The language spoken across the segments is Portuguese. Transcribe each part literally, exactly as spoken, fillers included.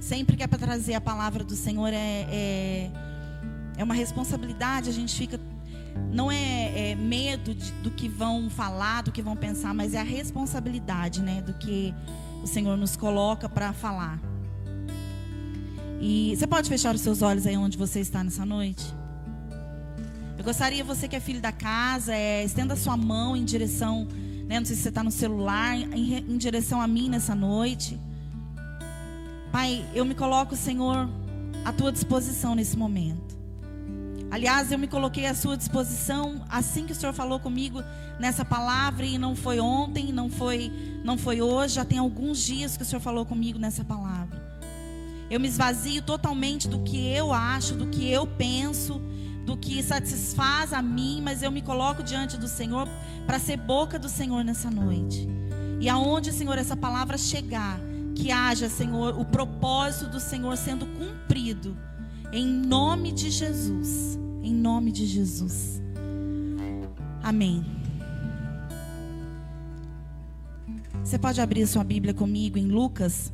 Sempre que é para trazer a palavra do Senhor é, é, é uma responsabilidade. A gente fica, não é, é medo de, do que vão falar, do que vão pensar, mas é a responsabilidade, né, do que o Senhor nos coloca para falar. E você pode fechar os seus olhos aí onde você está nessa noite? Eu gostaria, você que é filho da casa, é, estenda a sua mão em direção, né, não sei se você está no celular, em, em direção a mim nessa noite. Pai, eu me coloco, Senhor, à tua disposição nesse momento. Aliás, eu me coloquei à sua disposição assim que o Senhor falou comigo nessa palavra, e não foi ontem, não foi, não foi hoje, já tem alguns dias que o Senhor falou comigo nessa palavra. Eu me esvazio totalmente do que eu acho, do que eu penso, do que satisfaz a mim, mas eu me coloco diante do Senhor para ser boca do Senhor nessa noite. E aonde, Senhor, essa palavra chegar, que haja, Senhor, o propósito do Senhor sendo cumprido, em nome de Jesus, em nome de Jesus. Amém. Você pode abrir sua Bíblia comigo em Lucas,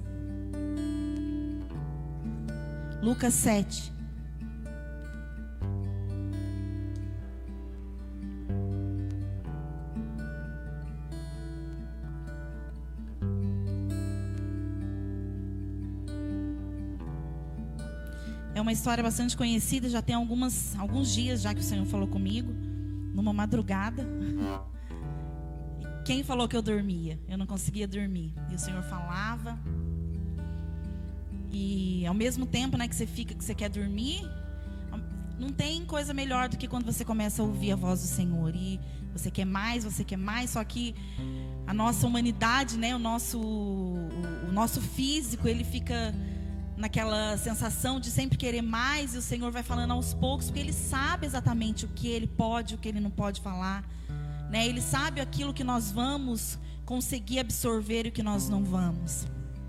Lucas sete. É uma história bastante conhecida, já tem algumas, alguns dias já que o Senhor falou comigo, numa madrugada. Quem falou que eu dormia? Eu não conseguia dormir. E o Senhor falava. E ao mesmo tempo, né, que você fica, que você quer dormir, não tem coisa melhor do que quando você começa a ouvir a voz do Senhor. E você quer mais, você quer mais, só que a nossa humanidade, né, o nosso, o, o nosso físico, ele fica naquela sensação de sempre querer mais, e o Senhor vai falando aos poucos, porque Ele sabe exatamente o que Ele pode, o que Ele não pode falar, né? Ele sabe aquilo que nós vamos conseguir absorver e o que nós não vamos.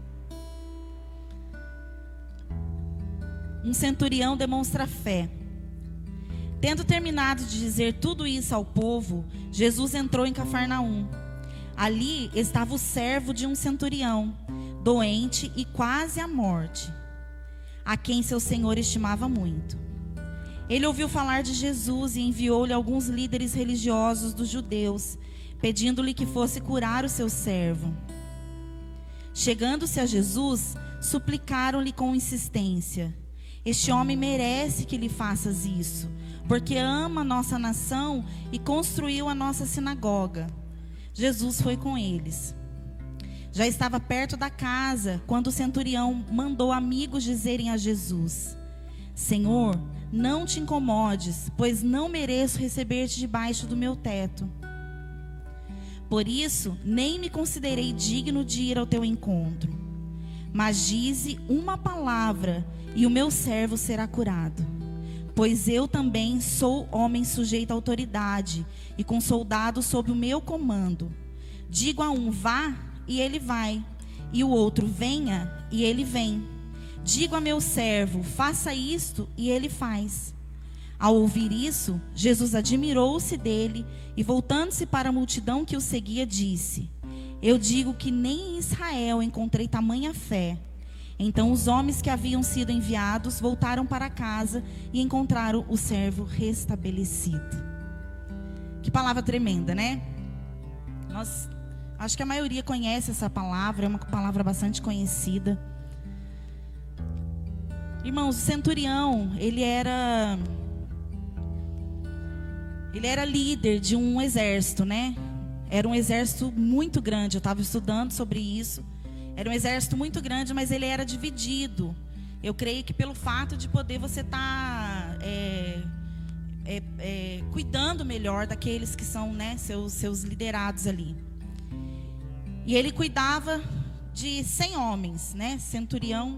Um centurião demonstra fé. Tendo terminado de dizer tudo isso ao povo, Jesus entrou em Cafarnaum. Ali estava o servo de um centurião, doente e quase à morte, a quem seu senhor estimava muito. Ele ouviu falar de Jesus e enviou-lhe alguns líderes religiosos dos judeus, pedindo-lhe que fosse curar o seu servo. Chegando-se a Jesus, suplicaram-lhe com insistência: este homem merece que lhe faças isso, porque ama a nossa nação e construiu a nossa sinagoga. Jesus foi com eles. Já estava perto da casa, quando o centurião mandou amigos dizerem a Jesus: Senhor, não te incomodes, pois não mereço receber-te debaixo do meu teto. Por isso, nem me considerei digno de ir ao teu encontro. Mas dize uma palavra, e o meu servo será curado. Pois eu também sou homem sujeito à autoridade, e com soldados sob o meu comando. Digo a um, vá, e ele vai, e o outro, venha, e ele vem. Digo a meu servo, faça isto, e ele faz. Ao ouvir isso, Jesus admirou-se dele, e voltando-se para a multidão que o seguia, disse: eu digo que nem em Israel encontrei tamanha fé. Então os homens que haviam sido enviados voltaram para casa e encontraram o servo restabelecido. Que palavra tremenda, né? Nós, acho que a maioria conhece essa palavra, é uma palavra bastante conhecida. Irmãos, o centurião, ele era ele era líder de um exército, né? Era um exército muito grande, eu estava estudando sobre isso. Era um exército muito grande, mas ele era dividido. Eu creio que pelo fato de poder você estar tá, é, é, é, cuidando melhor daqueles que são, né, seus, seus liderados ali. E ele cuidava de cem homens, né, centurião.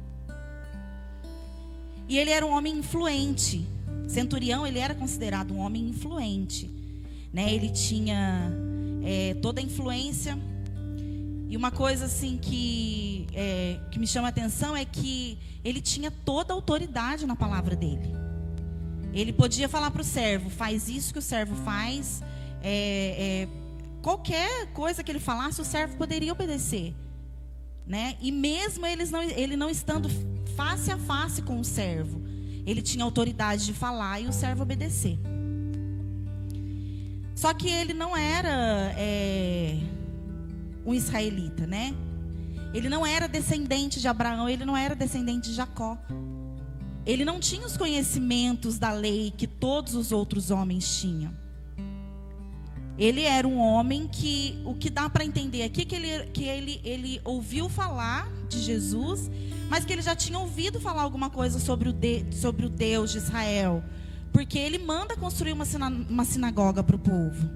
E ele era um homem influente. Centurião, ele era considerado um homem influente, né? Ele tinha é, toda a influência. E uma coisa assim que, é, que me chama a atenção é que ele tinha toda a autoridade na palavra dele. Ele podia falar para o servo: faz isso que o servo faz. É, é, qualquer coisa que ele falasse, o servo poderia obedecer. né? E mesmo eles não, ele não estando face a face com o servo, ele tinha autoridade de falar e o servo obedecer. Só que ele não era é, um israelita, né? Ele não era descendente de Abraão, ele não era descendente de Jacó. Ele não tinha os conhecimentos da lei que todos os outros homens tinham. Ele era um homem que, o que dá para entender aqui, que, ele, que ele, ele ouviu falar de Jesus, mas que ele já tinha ouvido falar alguma coisa sobre o, de, sobre o Deus de Israel. Porque ele manda construir uma, sina, uma sinagoga para o povo.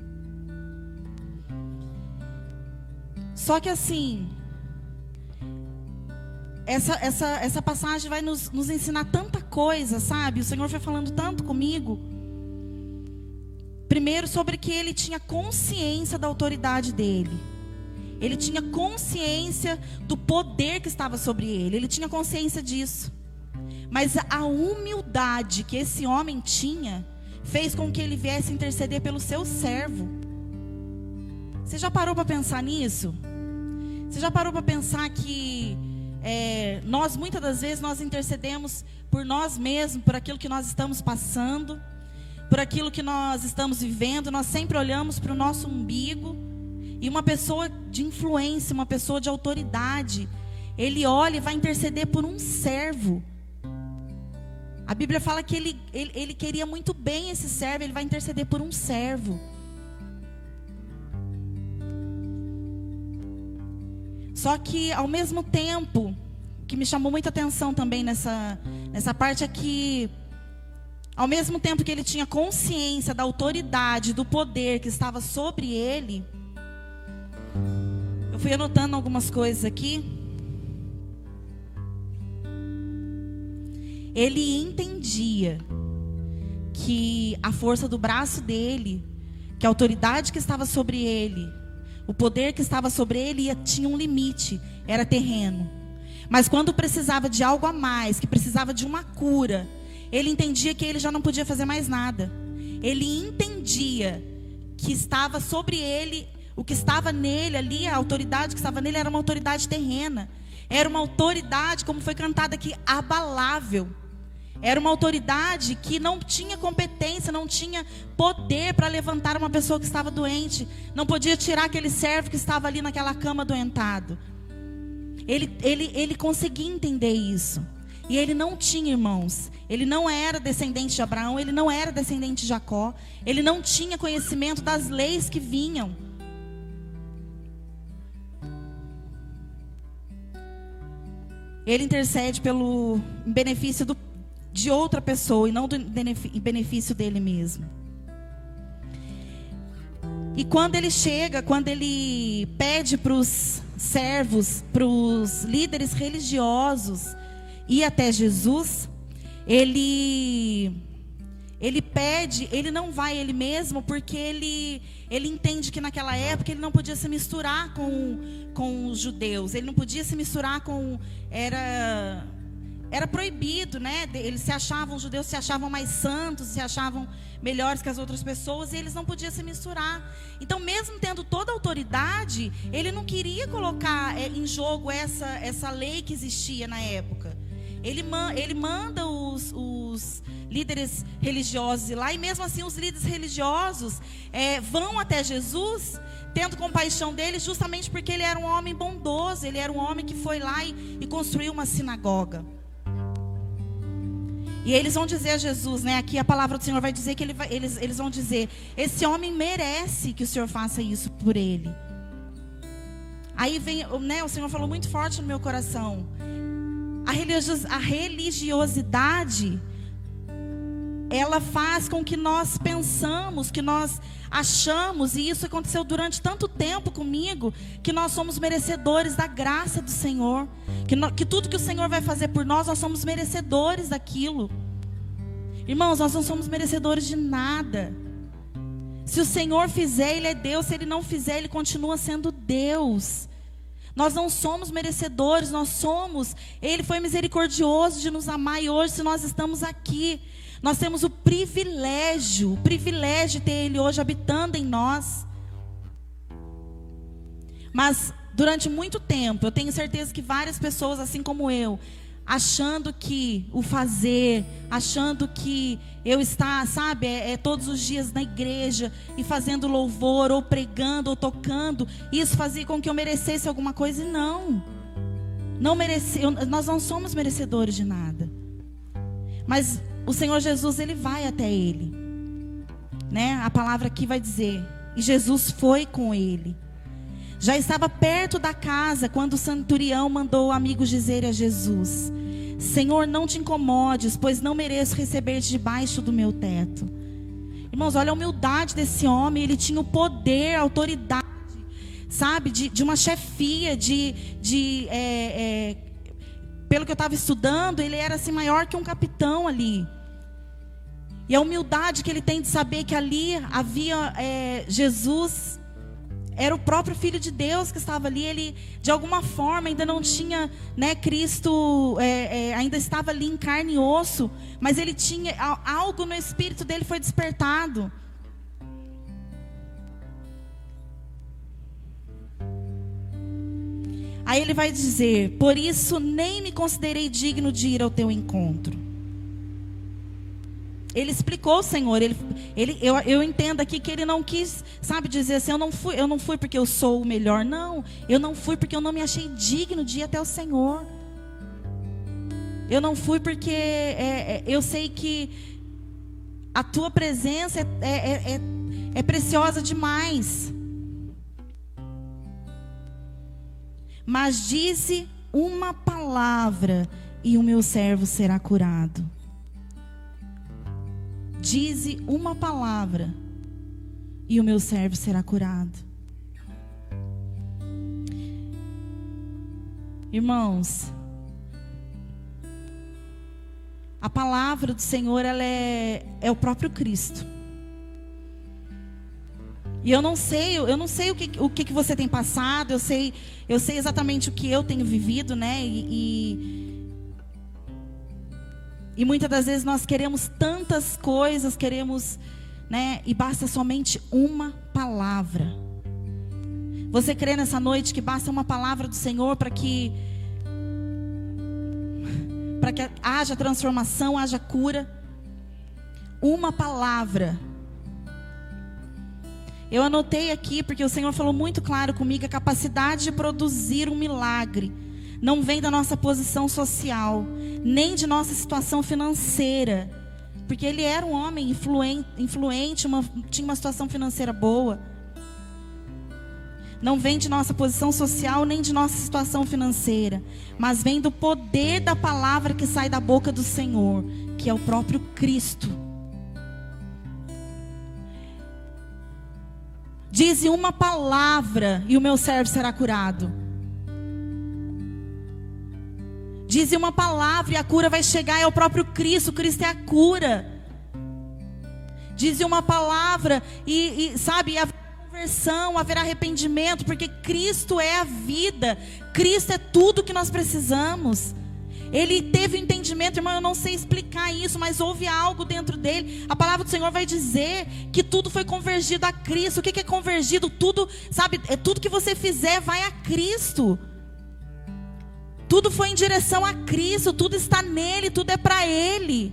Só que assim, essa, essa, essa passagem vai nos, nos ensinar tanta coisa, sabe? O Senhor foi falando tanto comigo. Primeiro, sobre que ele tinha consciência da autoridade dele. Ele tinha consciência do poder que estava sobre ele. Ele tinha consciência disso. Mas a humildade que esse homem tinha fez com que ele viesse interceder pelo seu servo. Você já parou para pensar nisso? Você já parou para pensar que é, nós, muitas das vezes, nós intercedemos por nós mesmos, por aquilo que nós estamos passando, por aquilo que nós estamos vivendo. Nós sempre olhamos para o nosso umbigo. E uma pessoa de influência, uma pessoa de autoridade, ele olha e vai interceder por um servo. A Bíblia fala que ele, ele, ele queria muito bem esse servo, ele vai interceder por um servo. Só que, ao mesmo tempo, o que me chamou muita atenção também nessa, nessa parte é que, ao mesmo tempo que ele tinha consciência da autoridade, do poder que estava sobre ele, eu fui anotando algumas coisas aqui. Ele entendia que a força do braço dele, que a autoridade que estava sobre ele, o poder que estava sobre ele ia, tinha um limite, era terreno. Mas quando precisava de algo a mais, que precisava de uma cura, ele entendia que ele já não podia fazer mais nada. Ele entendia que estava sobre ele, o que estava nele ali, a autoridade que estava nele era uma autoridade terrena. Era uma autoridade, como foi cantado aqui, abalável. Era uma autoridade que não tinha competência, não tinha poder para levantar uma pessoa que estava doente. Não podia tirar aquele servo que estava ali naquela cama adoentado. Ele, ele, ele conseguia entender isso. E ele não tinha irmãos. Ele não era descendente de Abraão, ele não era descendente de Jacó. Ele não tinha conhecimento das leis que vinham. Ele intercede pelo benefício do, de outra pessoa e não do benefício dele mesmo. E quando ele chega, quando ele pede para os servos, para os líderes religiosos ir até Jesus, ele, ele pede, ele não vai ele mesmo, porque ele, ele entende que naquela época ele não podia se misturar com, com os judeus, ele não podia se misturar com... Era, era proibido, né? Eles se achavam, os judeus se achavam mais santos, se achavam melhores que as outras pessoas, e eles não podiam se misturar. Então, mesmo tendo toda a autoridade, ele não queria colocar é, em jogo essa, essa lei que existia na época. Ele, man, ele manda os, os líderes religiosos ir lá, e mesmo assim os líderes religiosos é, vão até Jesus, tendo compaixão dele, justamente porque ele era um homem bondoso, ele era um homem que foi lá e, e construiu uma sinagoga. E eles vão dizer a Jesus, né? Aqui a palavra do Senhor vai dizer que ele vai, eles, eles vão dizer: esse homem merece que o Senhor faça isso por ele. Aí vem, né? O Senhor falou muito forte no meu coração. A, religios, a religiosidade, ela faz com que nós pensamos, que nós achamos, e isso aconteceu durante tanto tempo comigo, que nós somos merecedores da graça do Senhor, que, no, que tudo que o Senhor vai fazer por nós, nós somos merecedores daquilo. Irmãos, nós não somos merecedores de nada. Se o Senhor fizer, Ele é Deus. Se Ele não fizer, Ele continua sendo Deus. Nós não somos merecedores, nós somos. Ele foi misericordioso de nos amar, e hoje, se nós estamos aqui, nós temos o privilégio, o privilégio de ter Ele hoje habitando em nós. Mas durante muito tempo, eu tenho certeza que várias pessoas, assim como eu, achando que o fazer, achando que eu estar, sabe, é, é todos os dias na igreja e fazendo louvor, ou pregando, ou tocando, isso fazia com que eu merecesse alguma coisa, e não, não merece, eu, nós não somos merecedores de nada, mas o Senhor Jesus, Ele vai até ele, né? A palavra aqui vai dizer, e Jesus foi com ele. Já estava perto da casa quando o centurião mandou amigos dizerem a Jesus: Senhor, não te incomodes, pois não mereço receber-te debaixo do meu teto. Irmãos, olha a humildade desse homem. Ele tinha o poder, a autoridade, sabe, de, de uma chefia, de, de é, é, pelo que eu estava estudando, ele era assim maior que um capitão ali. E a humildade que ele tem de saber que ali havia é, Jesus, era o próprio Filho de Deus que estava ali. Ele, de alguma forma, ainda não tinha, né, Cristo, é, é, ainda estava ali em carne e osso, mas ele tinha, algo no espírito dele foi despertado. Aí ele vai dizer: por isso nem me considerei digno de ir ao teu encontro. Ele explicou, Senhor, ele, ele, eu, eu entendo aqui que ele não quis, sabe, dizer assim, eu não fui, eu não fui porque eu sou o melhor, não. Eu não fui porque eu não me achei digno de ir até o Senhor. Eu não fui porque é, é, eu sei que a tua presença é, é, é, é preciosa demais. Mas dize uma palavra e o meu servo será curado. Dize uma palavra e o meu servo será curado. Irmãos, a palavra do Senhor, ela é, é o próprio Cristo. E eu não sei, eu não sei o que, o que você tem passado, eu sei, eu sei exatamente o que eu tenho vivido, né? E, e E muitas das vezes nós queremos tantas coisas, queremos, né? E basta somente uma palavra. Você crê nessa noite que basta uma palavra do Senhor para que, para que haja transformação, haja cura? Uma palavra. Eu anotei aqui porque o Senhor falou muito claro comigo: a capacidade de produzir um milagre não vem da nossa posição social, nem de nossa situação financeira, porque ele era um homem influente, influente uma, tinha uma situação financeira boa. Não vem de nossa posição social, nem de nossa situação financeira, mas vem do poder da palavra que sai da boca do Senhor, que é o próprio Cristo. Dize uma palavra e o meu servo será curado. Dize uma palavra e a cura vai chegar, é o próprio Cristo, o Cristo é a cura. Dize uma palavra e, e sabe, haverá conversão, haverá arrependimento, porque Cristo é a vida, Cristo é tudo que nós precisamos. Ele teve o entendimento, irmão, eu não sei explicar isso, mas houve algo dentro dele. A palavra do Senhor vai dizer que tudo foi convergido a Cristo. O que é convergido? Tudo, sabe, é tudo que você fizer vai a Cristo. Tudo foi em direção a Cristo, tudo está nele, tudo é para Ele.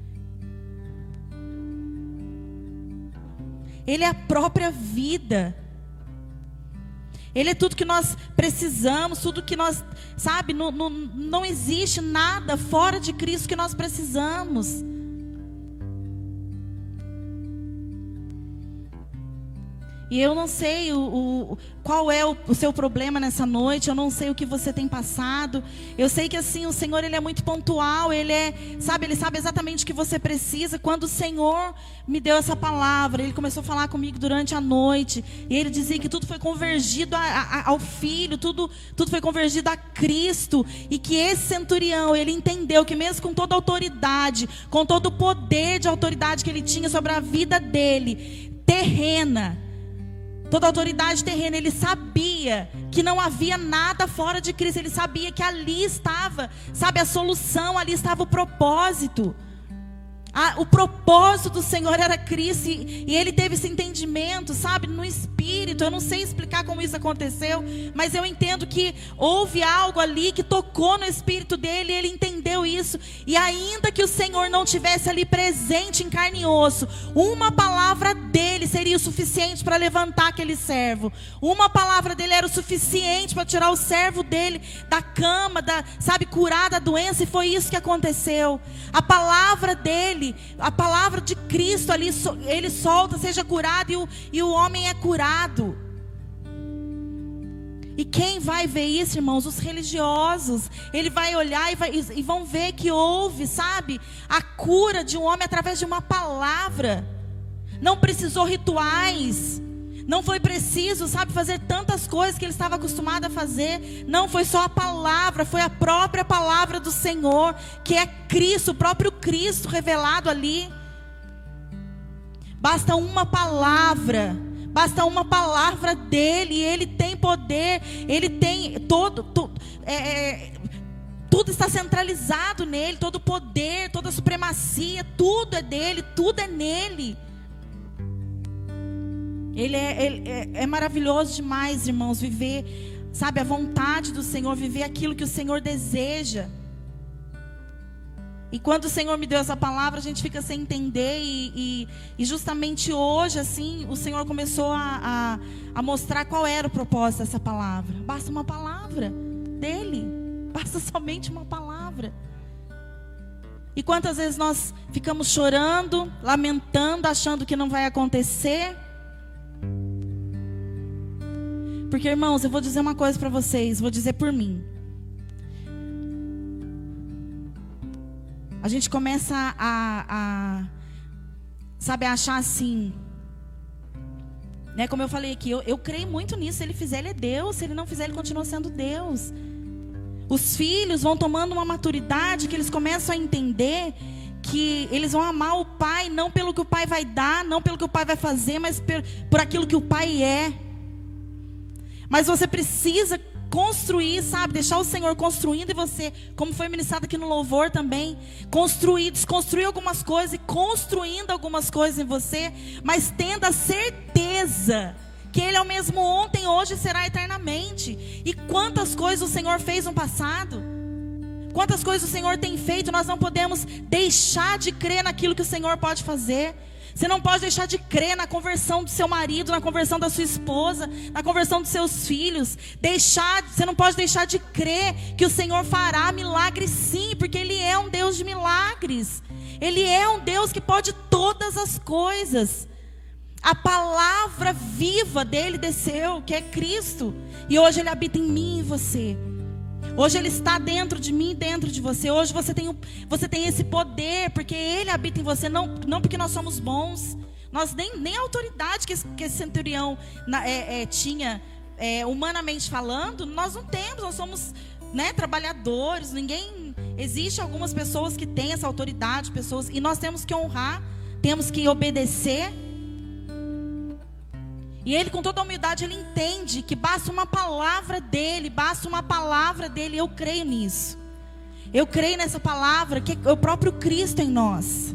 Ele é a própria vida. Ele é tudo que nós precisamos, tudo que nós, sabe, não, não, não existe nada fora de Cristo que nós precisamos. E eu não sei o, o, qual é o, o seu problema nessa noite, eu não sei o que você tem passado. Eu sei que assim, o Senhor, Ele é muito pontual, Ele é, sabe, Ele sabe exatamente o que você precisa. Quando o Senhor me deu essa palavra, Ele começou a falar comigo durante a noite, e Ele dizia que tudo foi convergido a, a, ao Filho, tudo, tudo foi convergido a Cristo, e que esse centurião, ele entendeu que mesmo com toda a autoridade, com todo o poder de autoridade que ele tinha sobre a vida dele, terrena, toda a autoridade terrena, ele sabia que não havia nada fora de Cristo. Ele sabia que ali estava, sabe, a solução, ali estava o propósito. Ah, o propósito do Senhor era Cristo, e, e ele teve esse entendimento, sabe, no Espírito. Eu não sei explicar como isso aconteceu, mas eu entendo que houve algo ali que tocou no Espírito dele, e ele entendeu isso. E ainda que o Senhor não tivesse ali presente em carne e osso, uma palavra dele seria o suficiente para levantar aquele servo. Uma palavra dele era o suficiente para tirar o servo dele da cama, da, sabe, curar da doença, e foi isso que aconteceu. A palavra dele, a palavra de Cristo ali, ele solta, seja curado, e o, e o homem é curado. E quem vai ver isso, irmãos? Os religiosos. Ele vai olhar e, vai, e vão ver que houve, sabe, a cura de um homem através de uma palavra. Não precisou rituais, não foi preciso, sabe, fazer tantas coisas que ele estava acostumado a fazer. Não, foi só a palavra, foi a própria palavra do Senhor, que é Cristo, o próprio Cristo revelado ali. Basta uma palavra, basta uma palavra dele, e ele tem poder, ele tem todo, todo é, é, tudo está centralizado nele, todo o poder, toda a supremacia, tudo é dele, tudo é nele. Ele é, ele é, é maravilhoso demais, irmãos, viver, sabe, a vontade do Senhor, viver aquilo que o Senhor deseja. E quando o Senhor me deu essa palavra, a gente fica sem entender, e, e, e justamente hoje, assim, o Senhor começou a, a, a mostrar qual era o propósito dessa palavra. Basta uma palavra dele, basta somente uma palavra. E quantas vezes nós ficamos chorando, lamentando, achando que não vai acontecer? Porque, irmãos, eu vou dizer uma coisa para vocês, vou dizer por mim. A gente começa a, a sabe, a achar assim, né? Como eu falei aqui, eu, eu creio muito nisso. Se ele fizer, ele é Deus. Se ele não fizer, ele continua sendo Deus. Os filhos vão tomando uma maturidade que eles começam a entender que eles vão amar o pai, não pelo que o pai vai dar, não pelo que o pai vai fazer, mas por, por aquilo que o pai é. Mas você precisa construir, sabe, deixar o Senhor construindo em você, como foi ministrado aqui no louvor também, construir, desconstruir algumas coisas e construindo algumas coisas em você, mas tendo a certeza que Ele é o mesmo ontem, hoje e será eternamente. E quantas coisas o Senhor fez no passado, quantas coisas o Senhor tem feito. Nós não podemos deixar de crer naquilo que o Senhor pode fazer. Você não pode deixar de crer na conversão do seu marido, na conversão da sua esposa, na conversão dos seus filhos. Deixar, você não pode deixar de crer que o Senhor fará milagres, sim, porque Ele é um Deus de milagres. Ele é um Deus que pode todas as coisas. A palavra viva dele desceu, que é Cristo, e hoje Ele habita em mim e em você. Hoje Ele está dentro de mim e dentro de você. Hoje você tem, você tem esse poder, porque Ele habita em você. Não, não porque nós somos bons. Nós nem, nem a autoridade que esse, que esse centurião na, é, é, tinha, é, humanamente falando, nós não temos. Nós somos, né, trabalhadores. Ninguém, existe algumas pessoas que têm essa autoridade, pessoas, e nós temos que honrar, temos que obedecer. E ele, com toda a humildade, ele entende que basta uma palavra dele, basta uma palavra dele. Eu creio nisso. Eu creio nessa palavra, que é o próprio Cristo em nós.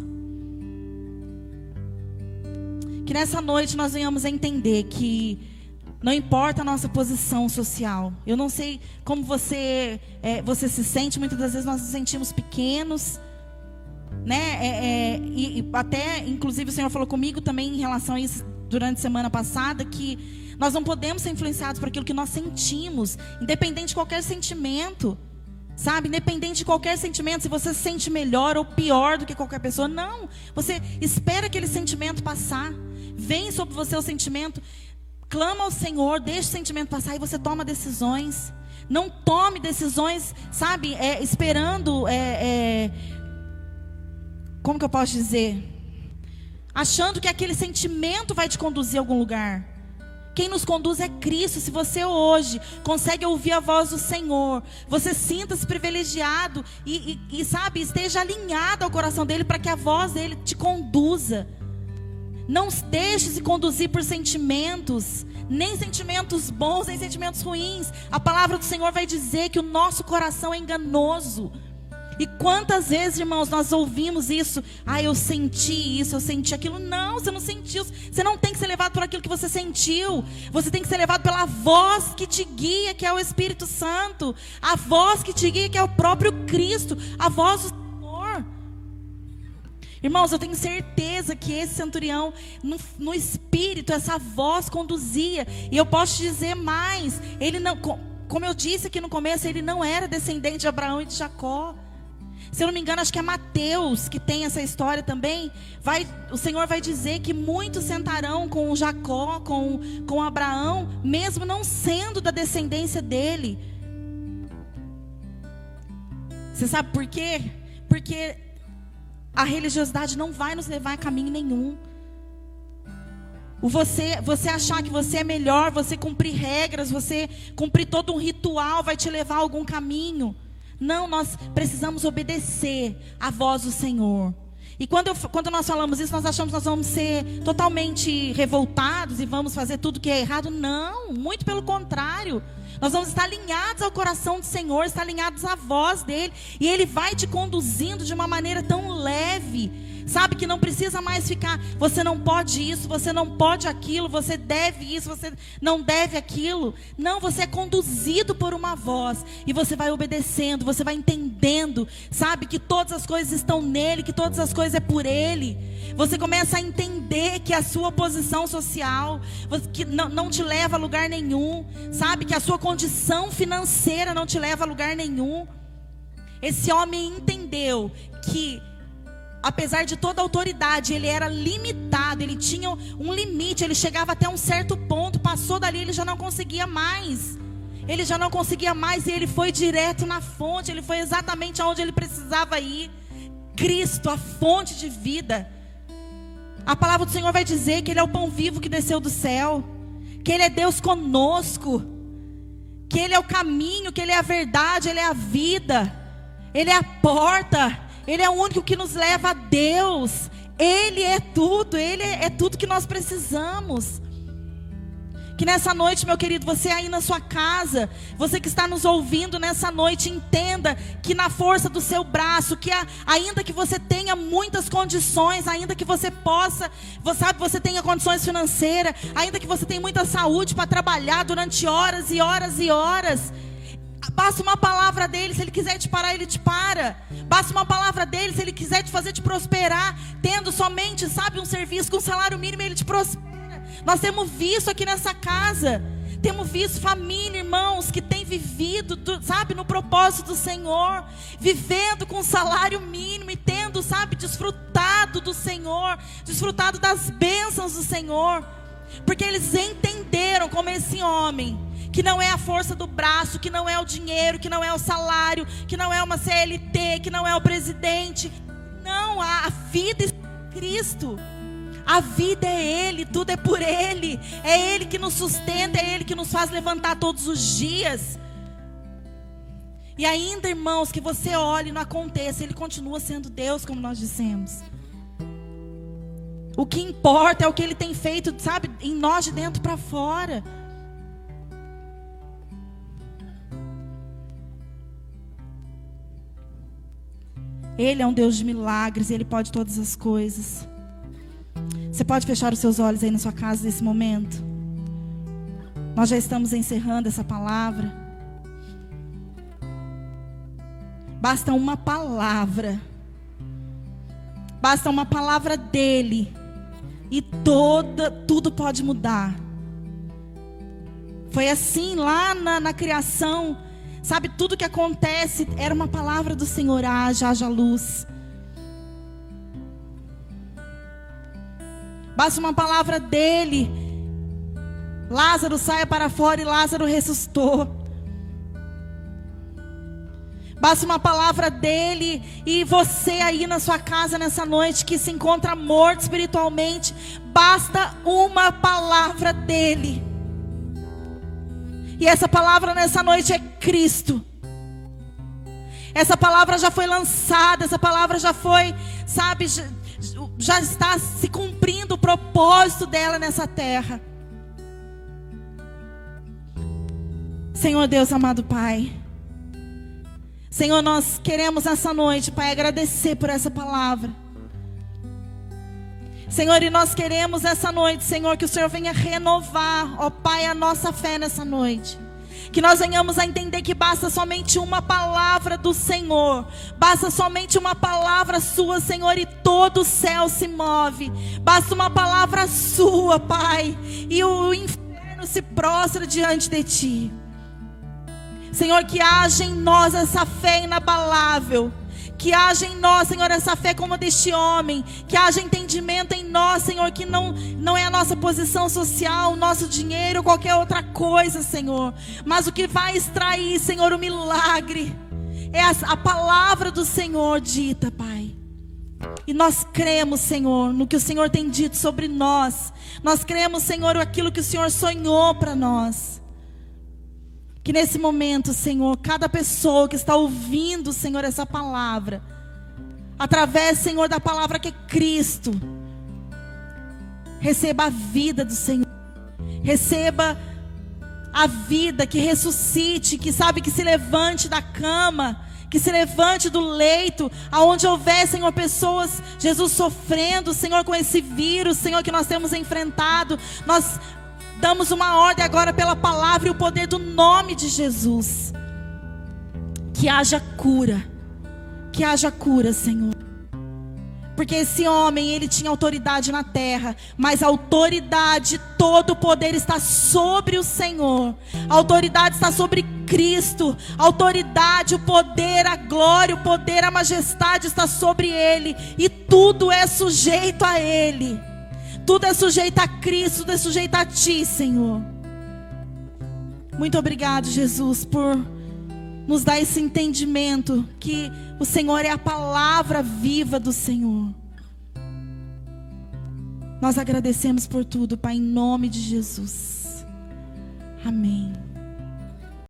Que nessa noite nós venhamos a entender que não importa a nossa posição social. Eu não sei como você, é, você se sente. Muitas das vezes nós nos sentimos pequenos, né? É, é, e, e até, inclusive, o Senhor falou comigo também em relação a isso durante a semana passada, que nós não podemos ser influenciados por aquilo que nós sentimos, independente de qualquer sentimento, sabe? Independente de qualquer sentimento, se você se sente melhor ou pior do que qualquer pessoa, não. Você espera aquele sentimento passar. Vem sobre você o sentimento, clama ao Senhor, deixa o sentimento passar e você toma decisões. Não tome decisões, sabe, é, esperando, é, é, como que eu posso dizer? Achando que aquele sentimento vai te conduzir a algum lugar. Quem nos conduz é Cristo. Se você hoje consegue ouvir a voz do Senhor, você sinta-se privilegiado e, e, e sabe, esteja alinhado ao coração dele, para que a voz dele te conduza. Não deixe se conduzir por sentimentos, nem sentimentos bons, nem sentimentos ruins. A palavra do Senhor vai dizer que o nosso coração é enganoso. E quantas vezes, irmãos, nós ouvimos isso? Ah, eu senti isso, eu senti aquilo. Não, você não sentiu. Você não tem que ser levado por aquilo que você sentiu. Você tem que ser levado pela voz que te guia, que é o Espírito Santo. A voz que te guia, que é o próprio Cristo. A voz do Senhor. Irmãos, eu tenho certeza que esse centurião, no, no Espírito, essa voz conduzia. E eu posso te dizer mais. Ele não, como eu disse aqui no começo, ele não era descendente de Abraão e de Jacó. Se eu não me engano, acho que é Mateus que tem essa história também. Vai, o Senhor vai dizer que muitos sentarão com Jacó, com, com Abraão, mesmo não sendo da descendência dele. Você sabe por quê? Porque a religiosidade não vai nos levar a caminho nenhum. O você, você achar que você é melhor, você cumprir regras, você cumprir todo um ritual vai te levar a algum caminho. Não, nós precisamos obedecer à voz do Senhor. E quando, eu, quando nós falamos isso, nós achamos que nós vamos ser totalmente revoltados e vamos fazer tudo que é errado. Não, muito pelo contrário. Nós vamos estar alinhados ao coração do Senhor, estar alinhados à voz dEle. E Ele vai te conduzindo de uma maneira tão leve. Sabe que não precisa mais ficar, você não pode isso, você não pode aquilo, você deve isso, você não deve aquilo. Não, você é conduzido por uma voz. E você vai obedecendo, você vai entendendo. Sabe que todas as coisas estão nele, que todas as coisas é por ele. Você começa a entender que a sua posição social que não, não te leva a lugar nenhum. Sabe que a sua condição financeira não te leva a lugar nenhum. Esse homem entendeu que apesar de toda a autoridade, ele era limitado, ele tinha um limite, ele chegava até um certo ponto, passou dali, ele já não conseguia mais. Ele já não conseguia mais e ele foi direto na fonte, ele foi exatamente aonde ele precisava ir. Cristo, a fonte de vida. A palavra do Senhor vai dizer que Ele é o pão vivo que desceu do céu, que Ele é Deus conosco, que Ele é o caminho, que Ele é a verdade, Ele é a vida, Ele é a porta. Ele é o único que nos leva a Deus. Ele é tudo, Ele é tudo que nós precisamos. Que nessa noite, meu querido, você aí na sua casa, você que está nos ouvindo nessa noite, entenda que na força do seu braço, que a, ainda que você tenha muitas condições, ainda que você possa, você sabe, você tenha condições financeiras, ainda que você tenha muita saúde para trabalhar durante horas e horas e horas, basta uma palavra dele, se ele quiser te parar, ele te para. Basta uma palavra dele, se ele quiser te fazer te prosperar, tendo somente, sabe, um serviço com salário mínimo, ele te prospera. Nós temos visto aqui nessa casa, temos visto família, irmãos, que tem vivido, sabe, no propósito do Senhor, vivendo com salário mínimo e tendo, sabe, desfrutado do Senhor, desfrutado das bênçãos do Senhor, porque eles entenderam como esse homem, que não é a força do braço, que não é o dinheiro, que não é o salário, que não é uma C L T, que não é o presidente. Não, a vida é Cristo. A vida é Ele, tudo é por Ele. É Ele que nos sustenta, é Ele que nos faz levantar todos os dias. E ainda, irmãos, que você olhe e não aconteça, Ele continua sendo Deus, como nós dissemos. O que importa é o que Ele tem feito, sabe, em nós de dentro para fora. Ele é um Deus de milagres, Ele pode todas as coisas. Você pode fechar os seus olhos aí na sua casa nesse momento. Nós já estamos encerrando essa palavra. Basta uma palavra. Basta uma palavra dEle. E toda, tudo pode mudar. Foi assim lá na, na criação. Sabe, tudo que acontece era uma palavra do Senhor. Haja, haja luz. Basta uma palavra dele. Lázaro saia para fora e Lázaro ressuscitou. Basta uma palavra dele. E você aí na sua casa nessa noite que se encontra morto espiritualmente, basta uma palavra dele. E essa palavra nessa noite é Cristo. Essa palavra já foi lançada, essa palavra já foi, sabe, já, já está se cumprindo o propósito dela nessa terra. Senhor Deus, amado Pai, Senhor, nós queremos nessa noite, Pai, agradecer por essa palavra. Senhor, e nós queremos essa noite, Senhor, que o Senhor venha renovar, ó Pai, a nossa fé nessa noite. Que nós venhamos a entender que basta somente uma palavra do Senhor. Basta somente uma palavra sua, Senhor, e todo o céu se move. Basta uma palavra sua, Pai, e o inferno se prostra diante de Ti. Senhor, que haja em nós essa fé inabalável. Que haja em nós, Senhor, essa fé como a deste homem. Que haja entendimento em nós, Senhor, que não, não é a nossa posição social, o nosso dinheiro, qualquer outra coisa, Senhor. Mas o que vai extrair, Senhor, o milagre é a, a palavra do Senhor dita, Pai. E nós cremos, Senhor, no que o Senhor tem dito sobre nós. Nós cremos, Senhor, aquilo que o Senhor sonhou para nós. Que nesse momento, Senhor, cada pessoa que está ouvindo, Senhor, essa palavra, através, Senhor, da palavra que é Cristo, receba a vida do Senhor, receba a vida, que ressuscite, que sabe, que se levante da cama, que se levante do leito, aonde houver, Senhor, pessoas, Jesus, sofrendo, Senhor, com esse vírus, Senhor, que nós temos enfrentado. Nós damos uma ordem agora pela palavra e o poder do nome de Jesus. Que haja cura. Que haja cura, Senhor. Porque esse homem, ele tinha autoridade na terra, mas a autoridade, todo o poder está sobre o Senhor. A autoridade está sobre Cristo. A autoridade, o poder, a glória, o poder, a majestade está sobre Ele. E tudo é sujeito a Ele. Tudo é sujeito a Cristo, tudo é sujeito a Ti, Senhor. Muito obrigado, Jesus, por nos dar esse entendimento que o Senhor é a palavra viva do Senhor. Nós agradecemos por tudo, Pai, em nome de Jesus. Amém.